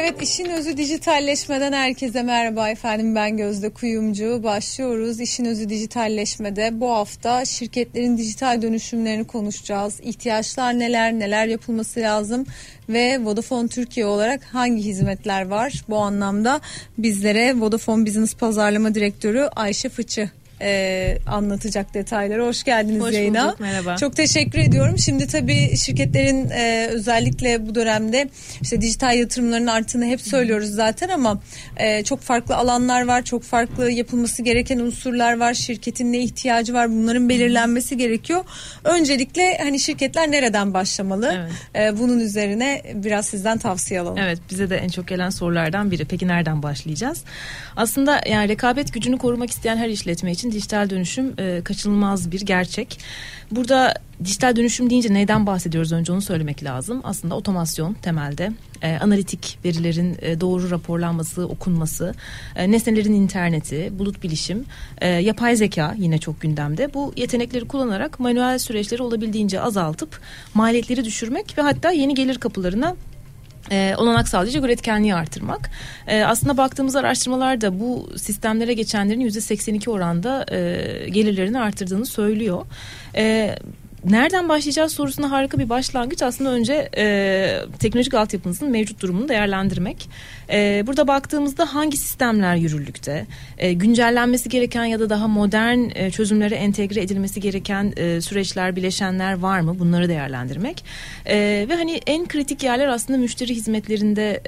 Evet, işin özü dijitalleşmeden herkese merhaba efendim, ben Gözde Kuyumcu. Başlıyoruz. İşin özü dijitalleşmede bu hafta şirketlerin dijital dönüşümlerini konuşacağız. İhtiyaçlar neler yapılması lazım ve Vodafone Türkiye olarak hangi hizmetler var? Bu anlamda bizlere Vodafone Business Pazarlama Direktörü Ayşe Fıçı anlatacak detayları. Hoş geldiniz Hoş yayına. bulduk, merhaba. Çok teşekkür ediyorum. Şimdi tabii şirketlerin özellikle bu dönemde işte dijital yatırımların arttığını hep söylüyoruz zaten ama çok farklı alanlar var, çok farklı yapılması gereken unsurlar var. Şirketin ne ihtiyacı var? Bunların belirlenmesi gerekiyor. Öncelikle hani şirketler nereden başlamalı? Evet. Bunun üzerine biraz sizden tavsiye alalım. Evet, bize de en çok gelen sorulardan biri. Peki nereden başlayacağız? Aslında yani rekabet gücünü korumak isteyen her işletme için dijital dönüşüm kaçınılmaz bir gerçek. Burada dijital dönüşüm deyince neyden bahsediyoruz, önce onu söylemek lazım. Aslında otomasyon temelde, analitik verilerin doğru raporlanması, okunması, nesnelerin interneti, bulut bilişim, yapay zeka yine çok gündemde. Bu yetenekleri kullanarak manuel süreçleri olabildiğince azaltıp maliyetleri düşürmek ve hatta yeni gelir kapılarına olanak sağlayacak üretkenliği artırmak. Aslında baktığımız araştırmalarda bu sistemlere geçenlerin %82 oranda gelirlerini artırdığını söylüyor. Nereden başlayacağız sorusuna harika bir başlangıç. Aslında önce teknolojik altyapınızın mevcut durumunu değerlendirmek. Burada baktığımızda hangi sistemler yürürlükte, güncellenmesi gereken ya da daha modern çözümlere entegre edilmesi gereken süreçler, bileşenler var mı? Bunları değerlendirmek. Ve hani en kritik yerler aslında müşteri hizmetlerinde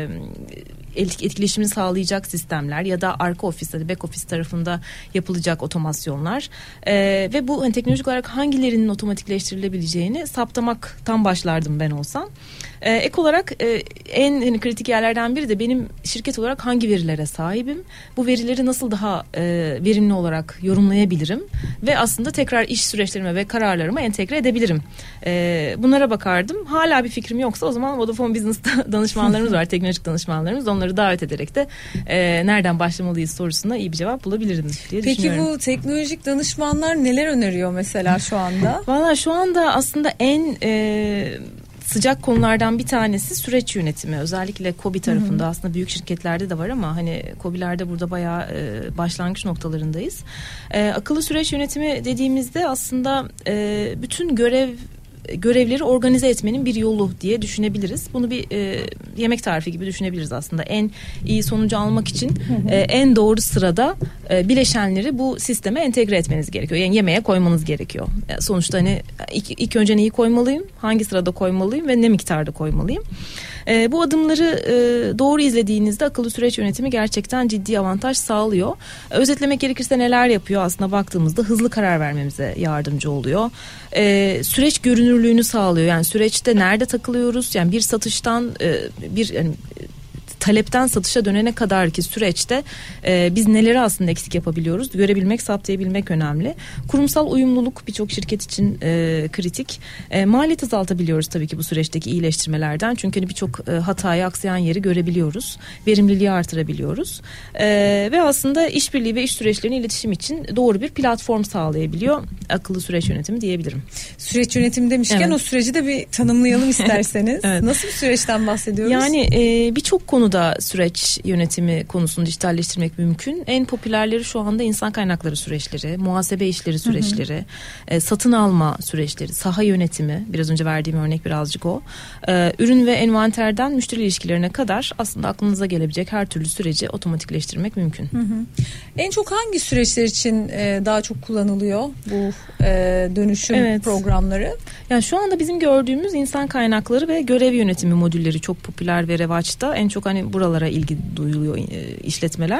etkileşimini sağlayacak sistemler ya da arka ofis, back office tarafında yapılacak otomasyonlar ve bu hani teknolojik olarak hangilerinin otomatikleştirilebileceğini saptamaktan başlardım ben olsam. Ek olarak en hani kritik yerlerden biri de benim şirket olarak hangi verilere sahibim, bu verileri nasıl daha verimli olarak yorumlayabilirim ve aslında tekrar iş süreçlerime ve kararlarıma entegre edebilirim. Bunlara bakardım. Hala bir fikrim yoksa o zaman Vodafone Business danışmanlarımız var, teknolojik danışmanlarımız. Onları davet ederek de nereden başlamalıyız sorusuna iyi bir cevap bulabilirim diye düşünüyorum. Peki bu teknolojik danışmanlar neler öneriyor mesela şu anda? Valla şu anda aslında en sıcak konulardan bir tanesi süreç yönetimi. Özellikle KOBİ tarafında, aslında büyük şirketlerde de var ama hani KOBİ'lerde burada bayağı başlangıç noktalarındayız. Akıllı süreç yönetimi dediğimizde aslında bütün görevleri organize etmenin bir yolu diye düşünebiliriz. Bunu bir yemek tarifi gibi düşünebiliriz aslında. En iyi sonucu almak için en doğru sırada bileşenleri bu sisteme entegre etmeniz gerekiyor. Yani yemeğe koymanız gerekiyor. Sonuçta hani ilk önce neyi koymalıyım, hangi sırada koymalıyım ve ne miktarda koymalıyım. Bu adımları doğru izlediğinizde akıllı süreç yönetimi gerçekten ciddi avantaj sağlıyor. Özetlemek gerekirse neler yapıyor aslında baktığımızda hızlı karar vermemize yardımcı oluyor. Süreç görünürlüğünü sağlıyor. Yani süreçte nerede takılıyoruz? Yani bir satıştan talepten satışa dönene kadar ki süreçte biz neleri aslında eksik yapabiliyoruz görebilmek, saptayabilmek önemli. Kurumsal uyumluluk birçok şirket için kritik. Maliyet azaltabiliyoruz tabii ki bu süreçteki iyileştirmelerden. Çünkü hani birçok hatayı, aksayan yeri görebiliyoruz. Verimliliği artırabiliyoruz. Ve aslında işbirliği ve iş süreçlerinin iletişim için doğru bir platform sağlayabiliyor. Akıllı süreç yönetimi diyebilirim. Süreç yönetimi demişken evet, o süreci de bir tanımlayalım isterseniz. Evet. Nasıl bir süreçten bahsediyoruz? Yani birçok konuda süreç yönetimi konusunu dijitalleştirmek mümkün. En popülerleri şu anda insan kaynakları süreçleri, muhasebe işleri süreçleri, satın alma süreçleri, saha yönetimi, biraz önce verdiğim örnek birazcık o. Ürün ve envanterden müşteri ilişkilerine kadar aslında aklınıza gelebilecek her türlü süreci otomatikleştirmek mümkün. En çok hangi süreçler için daha çok kullanılıyor bu dönüşüm programları? Yani şu anda bizim gördüğümüz insan kaynakları ve görev yönetimi modülleri çok popüler ve revaçta. En çok hani buralara ilgi duyuluyor işletmeler.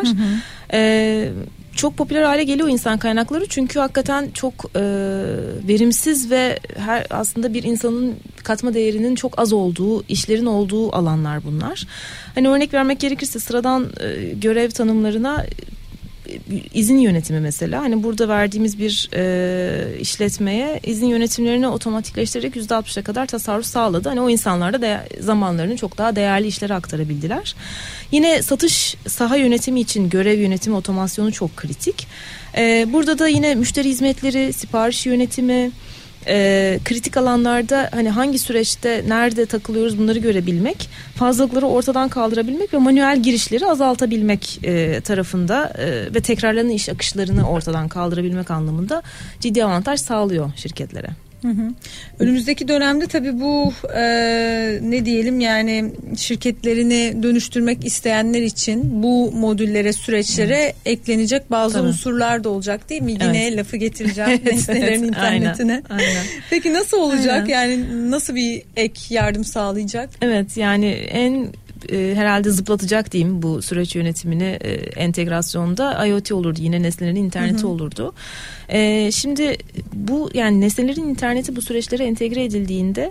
Çok popüler hale geliyor insan kaynakları çünkü hakikaten çok verimsiz ve aslında bir insanın katma değerinin çok az olduğu, işlerin olduğu alanlar bunlar. Hani örnek vermek gerekirse sıradan görev tanımlarına izin yönetimi mesela, hani burada verdiğimiz bir işletmeye izin yönetimlerini otomatikleştirerek %60'a kadar tasarruf sağladı. Hani o insanlar da zamanlarını çok daha değerli işlere aktarabildiler. Yine satış saha yönetimi için görev yönetimi otomasyonu çok kritik. Burada da yine müşteri hizmetleri, sipariş yönetimi, kritik alanlarda hani hangi süreçte nerede takılıyoruz bunları görebilmek, fazlalıkları ortadan kaldırabilmek ve manuel girişleri azaltabilmek tarafında ve tekrarlanan iş akışlarını ortadan kaldırabilmek anlamında ciddi avantaj sağlıyor şirketlere. Önümüzdeki dönemde tabii bu ne diyelim yani şirketlerini dönüştürmek isteyenler için bu modüllere, süreçlere eklenecek bazı unsurlar da olacak değil mi? Yine lafı getireceğim nesnelerin internetine. Aynen. Peki nasıl olacak? Yani nasıl bir ek yardım sağlayacak? Evet, yani en herhalde zıplatacak diyeyim bu süreç yönetimini entegrasyonda IoT olurdu, yine nesnelerin interneti olurdu. Şimdi bu yani nesnelerin interneti bu süreçlere entegre edildiğinde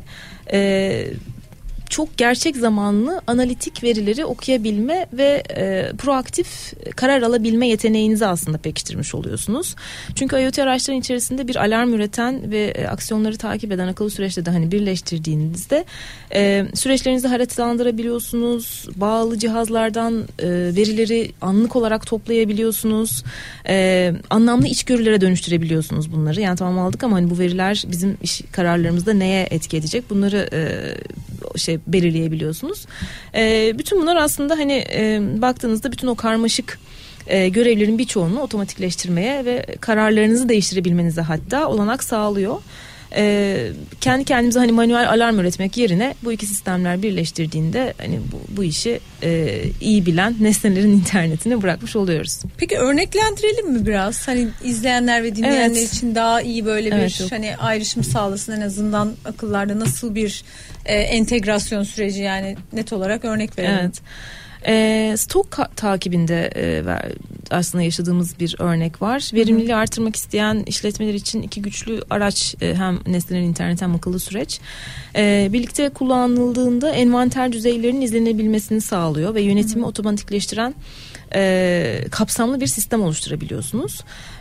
çok gerçek zamanlı analitik verileri okuyabilme ve proaktif karar alabilme yeteneğinizi aslında pekiştirmiş oluyorsunuz. Çünkü IoT araçların içerisinde bir alarm üreten ve aksiyonları takip eden akıllı süreçle de hani birleştirdiğinizde süreçlerinizi haritalandırabiliyorsunuz. Bağlı cihazlardan verileri anlık olarak toplayabiliyorsunuz. Anlamlı içgörülere dönüştürebiliyorsunuz bunları. Yani tamam aldık ama hani bu veriler bizim iş kararlarımızda neye etki edecek? Bunları belirleyebiliyorsunuz. Bütün bunlar aslında hani baktığınızda bütün o karmaşık görevlerin birçoğunu otomatikleştirmeye ve kararlarınızı değiştirebilmenize hatta olanak sağlıyor. Kendi kendimize hani manuel alarm üretmek yerine bu iki sistemler birleştirdiğinde hani bu işi iyi bilen nesnelerin internetine bırakmış oluyoruz. Peki örneklendirelim mi biraz? Hani izleyenler ve dinleyenler için daha iyi böyle bir hani ayrışım sağlasın, en azından akıllarda nasıl bir entegrasyon süreci, yani net olarak örnek verelim. Evet. Stok takibinde aslında yaşadığımız bir örnek var. Verimliliği artırmak isteyen işletmeler için iki güçlü araç, hem nesnelerin internet hem akıllı süreç. Birlikte kullanıldığında envanter düzeylerinin izlenebilmesini sağlıyor ve yönetimi otomatikleştiren kapsamlı bir sistem oluşturabiliyorsunuz.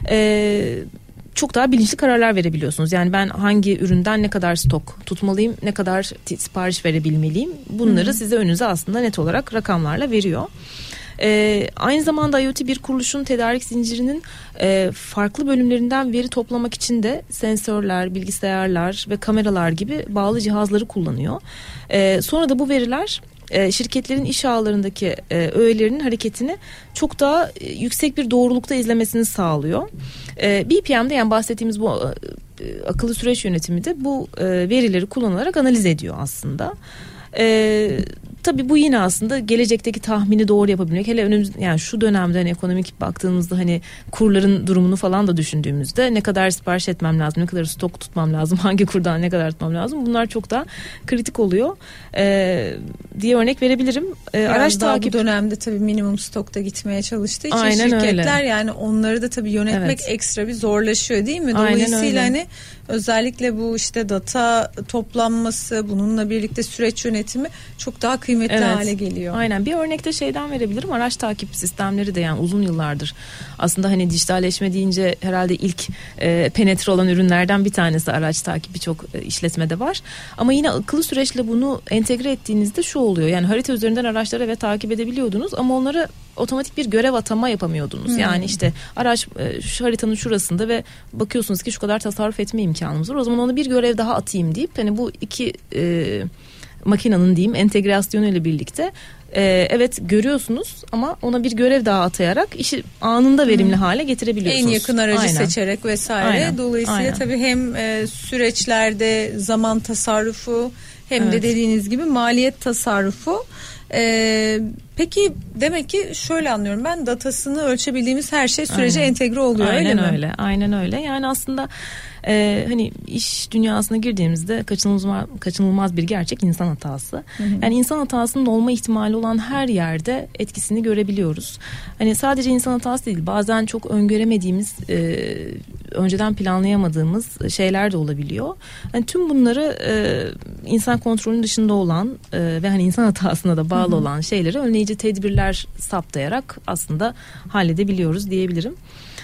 Çok daha bilinçli kararlar verebiliyorsunuz. Yani ben hangi üründen ne kadar stok tutmalıyım, ne kadar sipariş verebilmeliyim, bunları size önünüze aslında net olarak rakamlarla veriyor. Aynı zamanda IoT bir kuruluşun tedarik zincirinin farklı bölümlerinden veri toplamak için de sensörler, bilgisayarlar ve kameralar gibi bağlı cihazları kullanıyor. Sonra da bu veriler şirketlerin iş ağlarındaki öğelerinin hareketini çok daha yüksek bir doğrulukta izlemesini sağlıyor. BPM'de, yani bahsettiğimiz bu akıllı süreç yönetimi de bu verileri kullanarak analiz ediyor aslında. Tabii bu yine aslında gelecekteki tahmini doğru yapabilmek. Hele önümüz, yani şu dönemde hani ekonomik baktığımızda hani kurların durumunu falan da düşündüğümüzde ne kadar sipariş etmem lazım, ne kadar stok tutmam lazım, hangi kurdan ne kadar tutmam lazım, bunlar çok daha kritik oluyor diye örnek verebilirim. Araç takip bu dönemde tabii minimum stokta gitmeye çalıştığı için şirketler öyle. Yani onları da tabii yönetmek ekstra bir zorlaşıyor değil mi? Dolayısıyla hani özellikle bu işte data toplanması, bununla birlikte süreç yönetimi çok daha kıymetli hale geliyor. Aynen. Bir örnek de şeyden verebilirim. Araç takip sistemleri de yani uzun yıllardır aslında hani dijitalleşme deyince herhalde ilk penetre olan ürünlerden bir tanesi araç takibi, çok işletmede var. Ama yine akıllı süreçle bunu entegre ettiğinizde şu oluyor. Yani harita üzerinden araçları takip edebiliyordunuz ama onları otomatik bir görev atama yapamıyordunuz. Yani işte araç şu haritanın şurasında ve bakıyorsunuz ki şu kadar tasarruf etme imkanımız var. O zaman ona bir görev daha atayım deyip hani bu iki makinenin diyeyim entegrasyonuyla birlikte evet görüyorsunuz ama ona bir görev daha atayarak işi anında verimli hale getirebiliyorsunuz. En yakın aracı seçerek vesaire. Dolayısıyla tabii hem süreçlerde zaman tasarrufu hem de dediğiniz gibi maliyet tasarrufu. Peki demek ki şöyle anlıyorum ben, datasını ölçebildiğimiz her şey sürece entegre oluyor, öyle mi? Aynen öyle. Yani aslında hani iş dünyasına girdiğimizde kaçınılmaz bir gerçek insan hatası. Yani insan hatasının olma ihtimali olan her yerde etkisini görebiliyoruz. Hani sadece insan hatası değil, bazen çok öngöremediğimiz, önceden planlayamadığımız şeyler de olabiliyor. Hani tüm bunları insan kontrolünün dışında olan ve hani insan hatasına da bağlı olan şeyleri önleyici tedbirler saptayarak aslında halledebiliyoruz diyebilirim.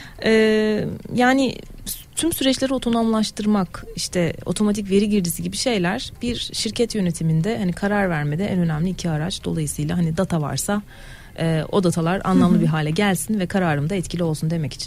Yani tüm süreçleri otonomlaştırmak, işte otomatik veri girdisi gibi şeyler bir şirket yönetiminde hani karar vermede en önemli iki araç. Dolayısıyla hani data varsa o datalar anlamlı bir hale gelsin ve kararım da etkili olsun demek için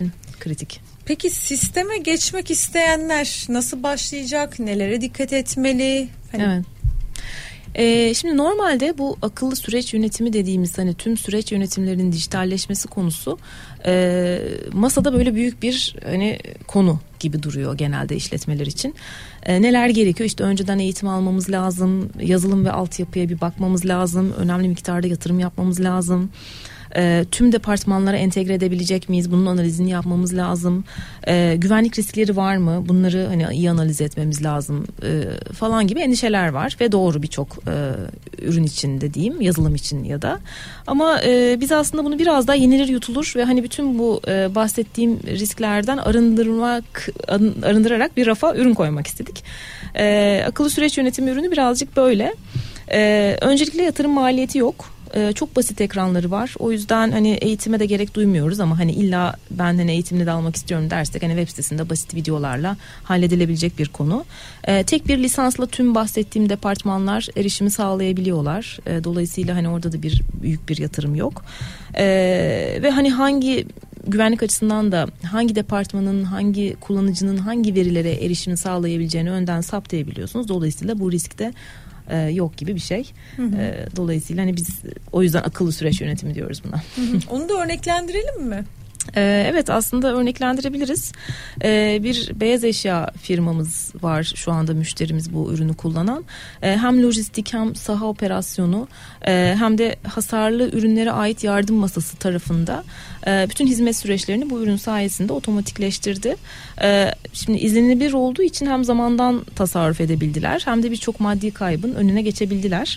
kritik. Peki sisteme geçmek isteyenler nasıl başlayacak? Nelere dikkat etmeli? Evet. Şimdi normalde bu akıllı süreç yönetimi dediğimiz hani tüm süreç yönetimlerinin dijitalleşmesi konusu masada böyle büyük bir hani konu gibi duruyor genelde işletmeler için. Neler gerekiyor? İşte önceden eğitim almamız lazım, yazılım ve altyapıya bir bakmamız lazım, önemli miktarda yatırım yapmamız lazım. Tüm departmanlara entegre edebilecek miyiz? Bunun analizini yapmamız lazım. Güvenlik riskleri var mı? Bunları hani iyi analiz etmemiz lazım falan gibi endişeler var ve doğru birçok ürün için dediğim, yazılım için ya da. Ama biz aslında bunu biraz daha yenilir yutulur ve hani bütün bu bahsettiğim risklerden arındırarak bir rafa ürün koymak istedik. Akıllı süreç yönetimi ürünü birazcık böyle. Öncelikle yatırım maliyeti yok. Çok basit ekranları var. O yüzden hani eğitime de gerek duymuyoruz ama hani illa ben hani eğitimini de almak istiyorum dersek hani web sitesinde basit videolarla halledilebilecek bir konu. Tek bir lisansla tüm bahsettiğim departmanlar erişimi sağlayabiliyorlar. Dolayısıyla hani orada da büyük bir yatırım yok. Ve hani hangi güvenlik açısından da hangi departmanın, hangi kullanıcının hangi verilere erişimi sağlayabileceğini önden saptayabiliyorsunuz. Dolayısıyla bu riskte yok gibi bir şey. Dolayısıyla hani biz o yüzden akıllı süreç yönetimi diyoruz buna. Onu da örneklendirelim mi? Evet, aslında örneklendirebiliriz. Bir beyaz eşya firmamız var şu anda, müşterimiz bu ürünü kullanan. Hem lojistik hem saha operasyonu hem de hasarlı ürünlere ait yardım masası tarafında bütün hizmet süreçlerini bu ürün sayesinde otomatikleştirdi. Şimdi izlenilebilir olduğu için hem zamandan tasarruf edebildiler hem de birçok maddi kaybın önüne geçebildiler.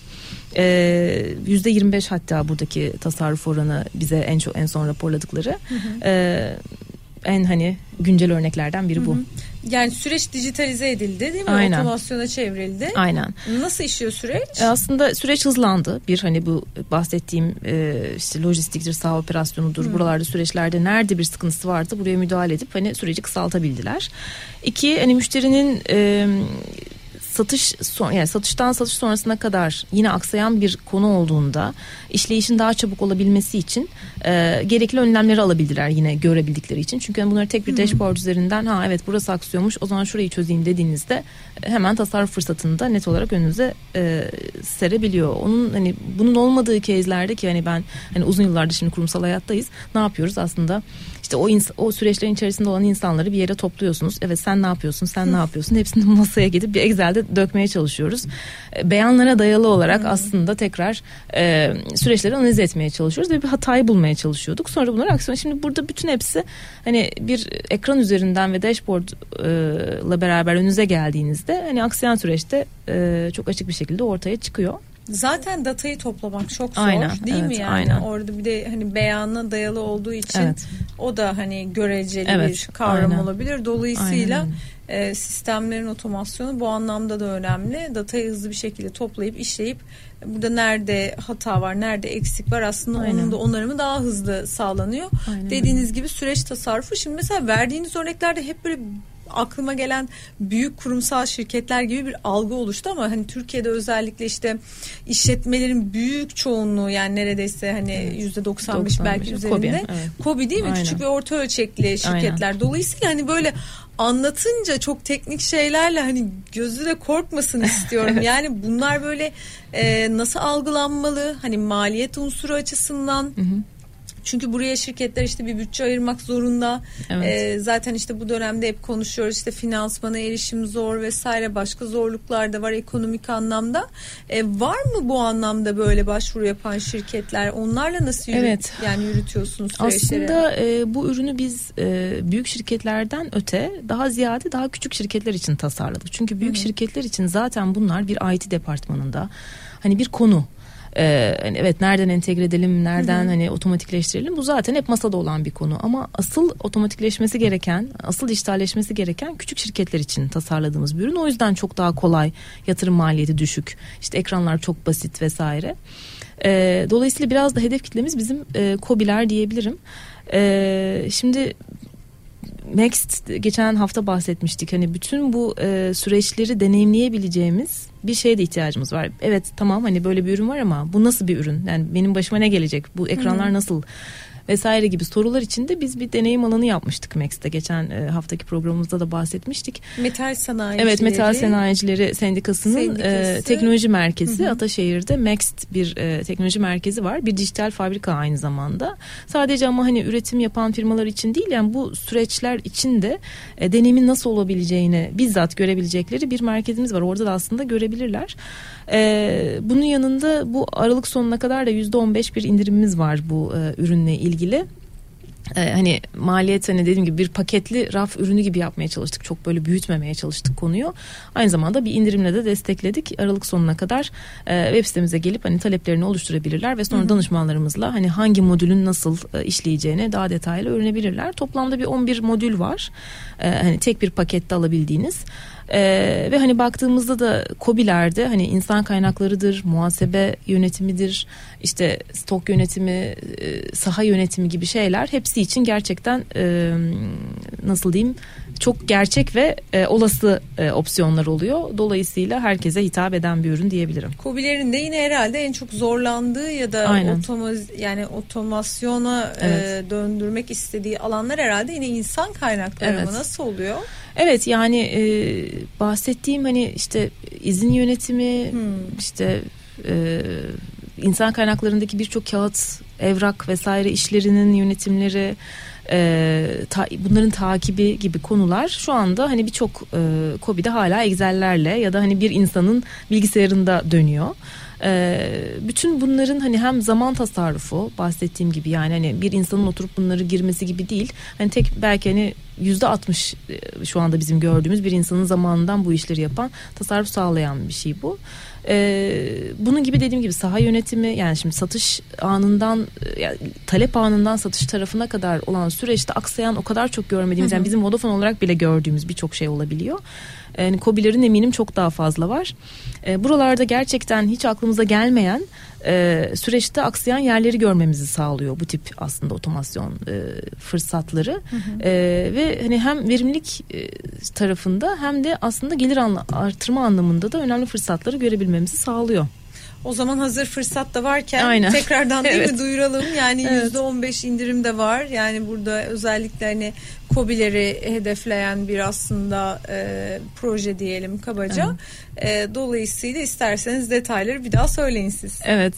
%25 hatta buradaki tasarruf oranı bize en son raporladıkları. En hani güncel örneklerden biri bu. Yani süreç dijitalize edildi değil mi? Aynen. Otomasyona çevrildi. Aynen. Nasıl işliyor süreç? Aslında süreç hızlandı. Bir hani bu bahsettiğim işte lojistiktir, saha operasyonudur. Buralarda süreçlerde nerede bir sıkıntısı vardı buraya müdahale edip hani süreci kısaltabildiler. İki, hani müşterinin satıştan satış sonrasına kadar yine aksayan bir konu olduğunda işleyişin daha çabuk olabilmesi için gerekli önlemleri alabildiler yine görebildikleri için. Çünkü yani bunları tek bir dashboard üzerinden evet burası aksıyormuş, o zaman şurayı çözeyim dediğinizde hemen tasarruf fırsatını da net olarak önünüze serebiliyor. Onun hani bunun olmadığı case'lerde ki hani ben hani uzun yıllardır şimdi kurumsal hayattayız. Ne yapıyoruz aslında? İşte o süreçlerin içerisinde olan insanları bir yere topluyorsunuz. Evet, sen ne yapıyorsun? Sen ne yapıyorsun? Hepsini masaya gidip bir Excel'de dökmeye çalışıyoruz. Beyanlara dayalı olarak aslında tekrar süreçleri analiz etmeye çalışıyoruz ve bir hatayı bulmaya çalışıyorduk. Sonra bunları aksiyon. Şimdi burada bütün hepsi hani bir ekran üzerinden ve dashboard'la beraber önünüze geldiğinizde hani aksayan süreçte çok açık bir şekilde ortaya çıkıyor. Zaten datayı toplamak çok zor, değil mi yani? Aynen. Orada bir de hani beyana dayalı olduğu için o da hani göreceli bir kavram olabilir. Dolayısıyla sistemlerin otomasyonu bu anlamda da önemli. Datayı hızlı bir şekilde toplayıp işleyip burada nerede hata var, nerede eksik var aslında onun da onarımı daha hızlı sağlanıyor. Dediğiniz gibi süreç tasarrufu. Şimdi mesela verdiğiniz örneklerde hep böyle aklıma gelen büyük kurumsal şirketler gibi bir algı oluştu ama hani Türkiye'de özellikle işte işletmelerin büyük çoğunluğu yani neredeyse hani %95 belki üzerinde KOBİ değil mi? Küçük ve orta ölçekli şirketler. Dolayısıyla hani böyle anlatınca çok teknik şeylerle hani gözü de korkmasın istiyorum. Yani bunlar böyle nasıl algılanmalı? Hani maliyet unsuru açısından. Çünkü buraya şirketler işte bir bütçe ayırmak zorunda. Zaten işte bu dönemde hep konuşuyoruz işte finansmana erişim zor vesaire, başka zorluklar da var ekonomik anlamda. Var mı bu anlamda böyle başvuru yapan şirketler? Onlarla nasıl yürütüyorsunuz süreçleri? Aslında bu ürünü biz büyük şirketlerden öte daha ziyade daha küçük şirketler için tasarladık. Çünkü büyük şirketler için zaten bunlar bir IT departmanında hani bir konu. Evet, nereden entegre edelim, nereden hani otomatikleştirelim, bu zaten hep masada olan bir konu ama asıl otomatikleşmesi gereken, asıl dijitalleşmesi gereken küçük şirketler için tasarladığımız bir ürün. O yüzden çok daha kolay, yatırım maliyeti düşük, işte ekranlar çok basit vesaire. Dolayısıyla biraz da hedef kitlemiz bizim KOBİ'ler diyebilirim. Şimdi Next geçen hafta bahsetmiştik. Hani bütün bu süreçleri deneyimleyebileceğimiz bir şeye de ihtiyacımız var. Evet, tamam, hani böyle bir ürün var ama bu nasıl bir ürün? Yani benim başıma ne gelecek? Bu ekranlar nasıl vesaire gibi sorular için de biz bir deneyim alanı yapmıştık MEX'te. Geçen haftaki programımızda da bahsetmiştik. Metal sanayicileri. Evet, Metal Sanayicileri Sendikası'nın teknoloji merkezi Ataşehir'de MEXT bir teknoloji merkezi var. Bir dijital fabrika aynı zamanda. Sadece ama hani üretim yapan firmalar için değil, yani bu süreçler için de deneyimin nasıl olabileceğini bizzat görebilecekleri bir merkezimiz var. Orada da aslında görebilirler. Bunun yanında bu Aralık sonuna kadar da %15 bir indirimimiz var bu ürünle ilgili. Hani maliyet, hani dediğim gibi bir paketli raf ürünü gibi yapmaya çalıştık. Çok böyle büyütmemeye çalıştık konuyu. Aynı zamanda bir indirimle de destekledik. Aralık sonuna kadar web sitemize gelip hani taleplerini oluşturabilirler ve sonra danışmanlarımızla hani hangi modülün nasıl işleyeceğini daha detaylı öğrenebilirler. Toplamda bir 11 modül var. Hani tek bir pakette alabildiğiniz. Ve hani baktığımızda da KOBİ'lerde hani insan kaynaklarıdır, muhasebe yönetimidir, işte stok yönetimi, saha yönetimi gibi şeyler hepsi için gerçekten nasıl diyeyim, çok gerçek ve olası opsiyonlar oluyor. Dolayısıyla herkese hitap eden bir ürün diyebilirim. KOBİ'lerin de yine herhalde en çok zorlandığı ya da otomasyona döndürmek istediği alanlar herhalde yine insan kaynakları ama nasıl oluyor? Evet, yani bahsettiğim hani işte izin yönetimi, işte insan kaynaklarındaki birçok kağıt, evrak vesaire işlerinin yönetimleri, bunların takibi gibi konular şu anda hani birçok KOBİ'de hala Excel'lerle ya da hani bir insanın bilgisayarında dönüyor. Bütün bunların hani hem zaman tasarrufu, bahsettiğim gibi, yani hani bir insanın oturup bunları girmesi gibi değil. Hani tek belki hani %60 şu anda bizim gördüğümüz bir insanın zamanından bu işleri yapan, tasarruf sağlayan bir şey bu. Bunun gibi dediğim gibi saha yönetimi, yani şimdi satış anından, yani talep anından satış tarafına kadar olan süreçte aksayan o kadar çok görmediğimiz, yani bizim Vodafone olarak bile gördüğümüz birçok şey olabiliyor. Yani KOBİ'lerin eminim çok daha fazla var. Buralarda gerçekten hiç aklımıza gelmeyen süreçte aksayan yerleri görmemizi sağlıyor bu tip aslında otomasyon fırsatları. Ve hani hem verimlilik tarafında hem de aslında gelir artırma anlamında da önemli fırsatları görebilmemizi sağlıyor. O zaman hazır fırsat da varken tekrardan değil mi duyuralım, yani %15 indirim de var. Yani burada özellikle hani KOBİ'leri hedefleyen bir aslında proje diyelim kabaca. Dolayısıyla isterseniz detayları bir daha söyleyin siz. Evet,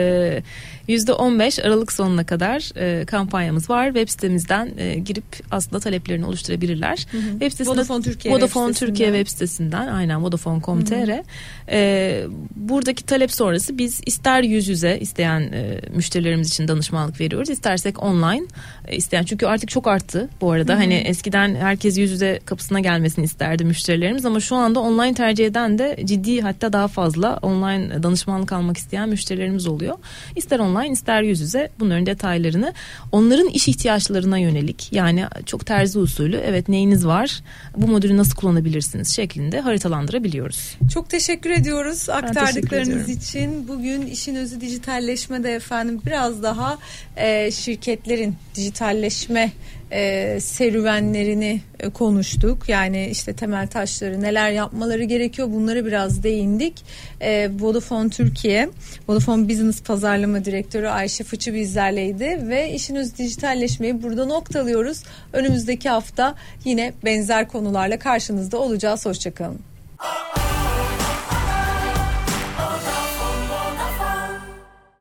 %15 Aralık sonuna kadar kampanyamız var. Web sitemizden girip aslında taleplerini oluşturabilirler. Web sitesinde, Vodafone Türkiye web sitesinden, aynen Vodafone.com.tr. Buradaki talep sonrası biz ister yüz yüze isteyen müşterilerimiz için danışmanlık veriyoruz, istersek online isteyen, çünkü artık çok arttı bu arada. Hani eskiden herkes yüz yüze kapısına gelmesini isterdi müşterilerimiz, ama şu anda online tercih eden de ciddi, hatta daha fazla online danışmanlık almak isteyen müşterilerimiz oluyor. İster online ister yüz yüze bunların detaylarını onların iş ihtiyaçlarına yönelik, yani çok terzi usulü, evet neyiniz var, bu modülü nasıl kullanabilirsiniz şeklinde haritalandırabiliyoruz. Çok teşekkür ediyoruz aktardıklarınız için. Bugün işin özü dijitalleşmede efendim biraz daha şirketlerin dijitalleşme serüvenlerini konuştuk. Yani işte temel taşları, neler yapmaları gerekiyor, bunları biraz değindik. Vodafone Türkiye, Vodafone Business Pazarlama Direktörü Ayşe Fıçı bizlerleydi ve işin özü dijitalleşmeyi burada noktalıyoruz. Önümüzdeki hafta yine benzer konularla karşınızda olacağız. Hoşçakalın.